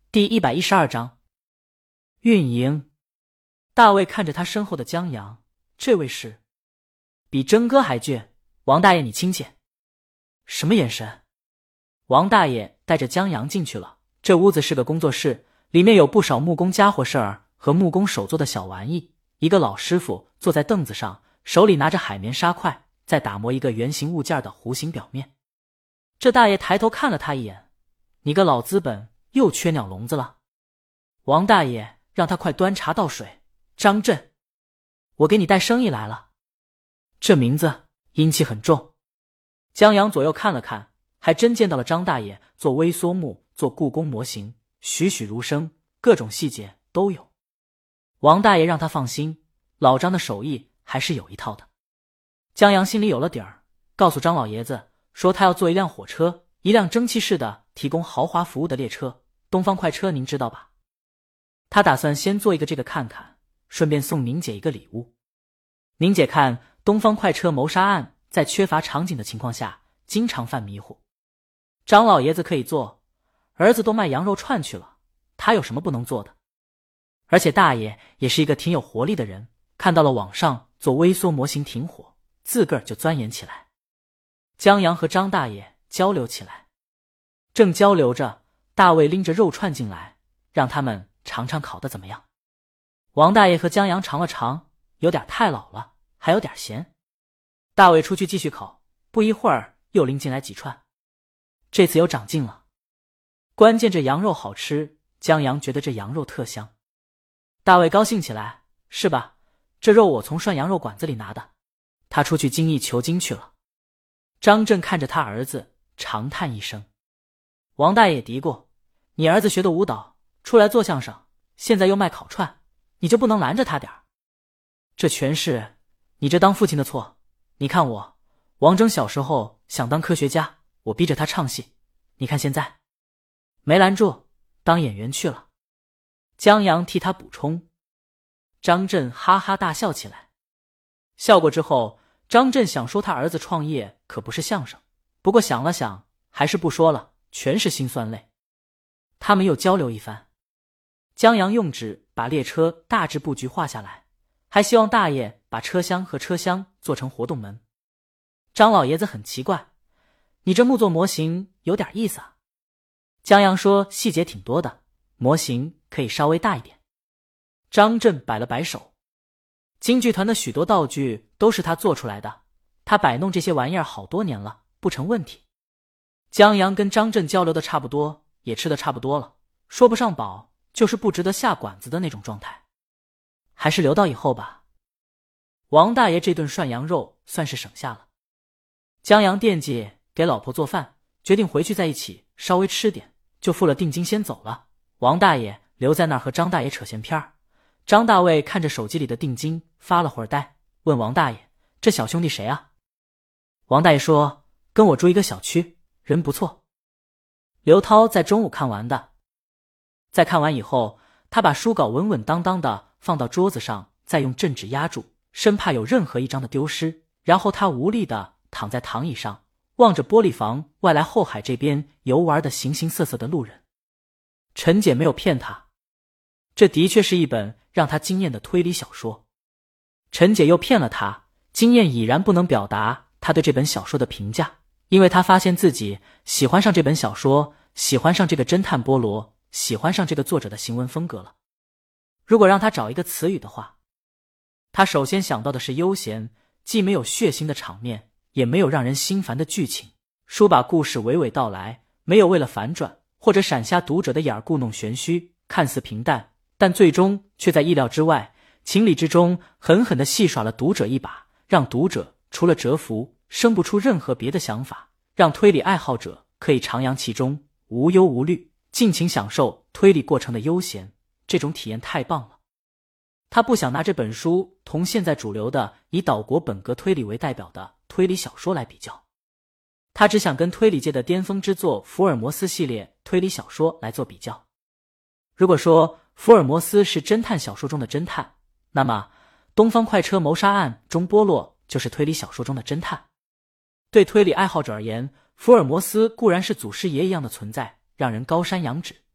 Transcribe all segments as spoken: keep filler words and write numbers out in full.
第一百一十二章运营。大卫看着他身后的江阳，这位是比真哥还倔，王大爷你亲切。什么眼神？王大爷带着江阳进去了。这屋子是个工作室，里面有不少木工家伙事儿和木工手做的小玩意。一个老师傅坐在凳子上，手里拿着海绵砂块，在打磨一个圆形物件的弧形表面。这大爷抬头看了他一眼，你个老资本又缺鸟笼子了。王大爷让他快端茶倒水。张震，我给你带生意来了。这名字阴气很重。江阳左右看了看，还真见到了张大爷做微缩木，做故宫模型，栩栩如生，各种细节都有。王大爷让他放心，老张的手艺还是有一套的。江阳心里有了底儿，告诉张老爷子说他要做一辆火车，一辆蒸汽式的提供豪华服务的列车，东方快车您知道吧？他打算先做一个这个看看，顺便送宁姐一个礼物。宁姐看东方快车谋杀案在缺乏场景的情况下经常犯迷糊。张老爷子可以做，儿子都卖羊肉串去了，他有什么不能做的？而且大爷也是一个挺有活力的人，看到了网上做微缩模型挺火，自个儿就钻研起来。江阳和张大爷交流起来，正交流着，大卫拎着肉串进来，让他们尝尝烤的怎么样。王大爷和江阳尝了尝，有点太老了，还有点咸。大卫出去继续烤，不一会儿又拎进来几串，这次有长进了。关键这羊肉好吃，江阳觉得这羊肉特香。大卫高兴起来，是吧？这肉我从涮羊肉馆子里拿的。他出去精益求精去了。张震看着他儿子，长叹一声。王大爷嘀咕，你儿子学的舞蹈，出来做相声，现在又卖烤串，你就不能拦着他点儿？这全是你这当父亲的错。你看我，王峥小时候想当科学家，我逼着他唱戏，你看现在没拦住，当演员去了。江阳替他补充。张震哈哈大笑起来。笑过之后，张震想说他儿子创业可不是相声，不过想了想还是不说了，全是辛酸泪。他们又交流一番。江阳用纸把列车大致布局画下来，还希望大爷把车厢和车厢做成活动门。张老爷子很奇怪，你这木作模型有点意思啊。江阳说细节挺多的，模型可以稍微大一点。张震摆了摆手，京剧团的许多道具都是他做出来的，他摆弄这些玩意儿好多年了，不成问题。江阳跟张震交流的差不多，也吃的差不多了，说不上饱，就是不值得下馆子的那种状态，还是留到以后吧。王大爷这顿涮羊肉算是省下了。江阳惦记给老婆做饭，决定回去在一起稍微吃点，就付了定金先走了。王大爷留在那儿和张大爷扯闲篇儿。张大卫看着手机里的定金发了会儿呆，问王大爷，这小兄弟谁啊？王大爷说，跟我住一个小区，人不错。刘涛在中午看完的。在看完以后，他把书稿稳稳当当的放到桌子上，再用镇纸压住，生怕有任何一张的丢失。然后他无力的躺在躺椅上，望着玻璃房外来后海这边游玩的形形色色的路人。陈姐没有骗他，这的确是一本让他惊艳的推理小说。陈姐又骗了他，惊艳已然不能表达他对这本小说的评价，因为他发现自己喜欢上这本小说，喜欢上这个侦探波罗，喜欢上这个作者的行文风格了。如果让他找一个词语的话，他首先想到的是悠闲，既没有血腥的场面，也没有让人心烦的剧情。书把故事娓娓道来，没有为了反转或者闪瞎读者的眼儿故弄玄虚，看似平淡，但最终却在意料之外，情理之中，狠狠地戏耍了读者一把，让读者除了折服生不出任何别的想法，让推理爱好者可以徜徉其中，无忧无虑，尽情享受推理过程的悠闲。这种体验太棒了。他不想拿这本书同现在主流的以岛国本格推理为代表的推理小说来比较，他只想跟推理界的巅峰之作福尔摩斯系列推理小说来做比较。如果说福尔摩斯是侦探小说中的侦探，那么东方快车谋杀案中波洛就是推理小说中的侦探。对推理爱好者而言，福尔摩斯固然是祖师爷一样的存在，让人高山仰止，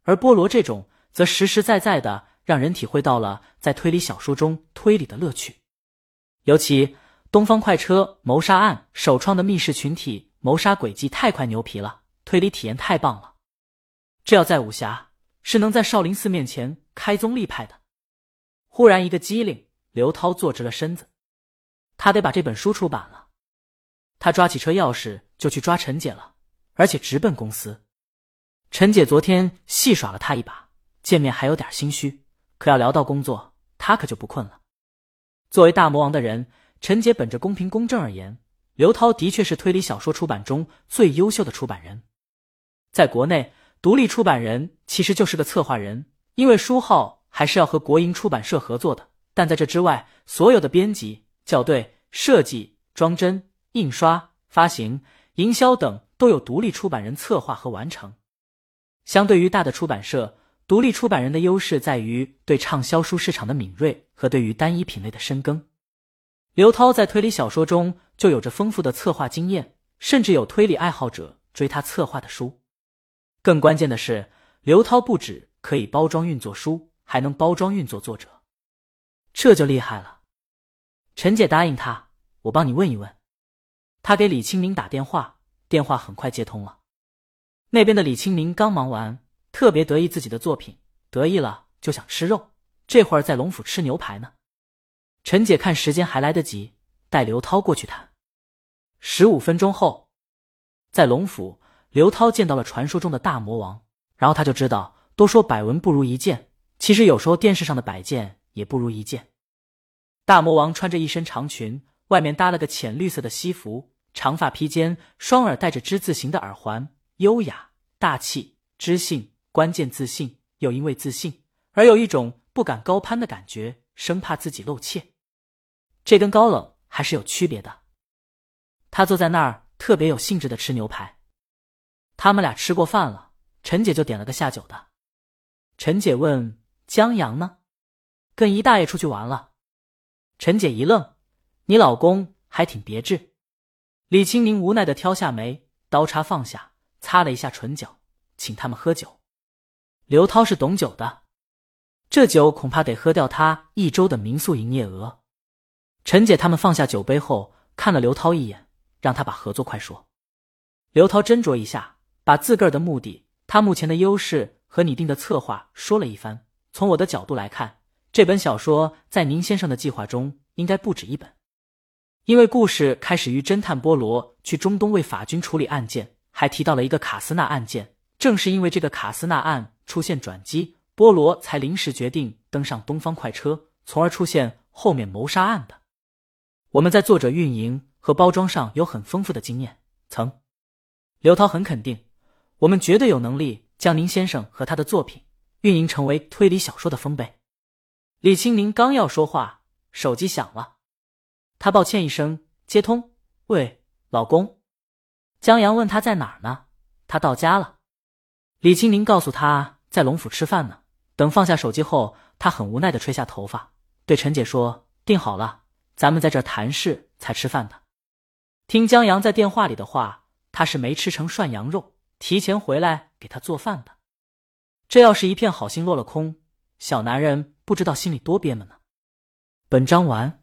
而菠萝这种则实实在在的让人体会到了在推理小说中推理的乐趣。尤其东方快车谋杀案首创的密室群体谋杀轨迹太快牛皮了，推理体验太棒了。这要在武侠，是能在少林寺面前开宗立派的。忽然一个机灵，刘涛坐直了身子，他得把这本书出版了。他抓起车钥匙就去抓陈姐了，而且直奔公司。陈姐昨天戏耍了他一把，见面还有点心虚，可要聊到工作，他可就不困了。作为大魔王的人，陈姐本着公平公正而言，刘涛的确是推理小说出版中最优秀的出版人。在国内，独立出版人其实就是个策划人，因为书号还是要和国营出版社合作的，但在这之外，所有的编辑、校对、设计、装帧、印刷、发行、营销等都有独立出版人策划和完成。相对于大的出版社，独立出版人的优势在于对畅销书市场的敏锐和对于单一品类的深耕。刘涛在推理小说中就有着丰富的策划经验，甚至有推理爱好者追他策划的书。更关键的是，刘涛不止可以包装运作书，还能包装运作作者，这就厉害了。陈姐答应他，我帮你问一问。他给李清明打电话，电话很快接通了。那边的李清明刚忙完，特别得意自己的作品，得意了就想吃肉，这会儿在龙府吃牛排呢。陈姐看时间还来得及，带刘涛过去谈。十五分钟后，在龙府，刘涛见到了传说中的大魔王，然后他就知道，都说百闻不如一见，其实有时候电视上的百见也不如一见。大魔王穿着一身长裙，外面搭了个浅绿色的西服，长发披肩，双耳戴着之字形的耳环，优雅、大气、知性，关键自信，又因为自信而有一种不敢高攀的感觉，生怕自己露怯。这跟高冷还是有区别的。他坐在那儿特别有兴致的吃牛排。他们俩吃过饭了，陈姐就点了个下酒的。陈姐问江阳呢？跟姨大爷出去玩了。陈姐一愣，你老公还挺别致。李清明无奈地挑下眉，刀叉放下，擦了一下唇角，请他们喝酒。刘涛是懂酒的，这酒恐怕得喝掉他一周的民宿营业额。陈姐他们放下酒杯后，看了刘涛一眼，让他把合作快说。刘涛斟酌一下，把自个儿的目的、他目前的优势和拟定的策划说了一番。从我的角度来看，这本小说在宁先生的计划中应该不止一本。因为故事开始于侦探波罗去中东为法军处理案件，还提到了一个卡斯纳案件，正是因为这个卡斯纳案出现转机，波罗才临时决定登上东方快车，从而出现后面谋杀案的。我们在作者运营和包装上有很丰富的经验，曾刘涛很肯定，我们绝对有能力将宁先生和他的作品运营成为推理小说的丰碑。李清明刚要说话，手机响了，他抱歉一声，接通，喂，老公。江阳问他在哪儿呢，他到家了。李清明告诉他在龙府吃饭呢。等放下手机后，他很无奈地吹下头发，对陈姐说，定好了，咱们在这儿谈事才吃饭的。听江阳在电话里的话，他是没吃成涮羊肉，提前回来给他做饭的。这要是一片好心落了空，小男人不知道心里多憋闷呢。本章完。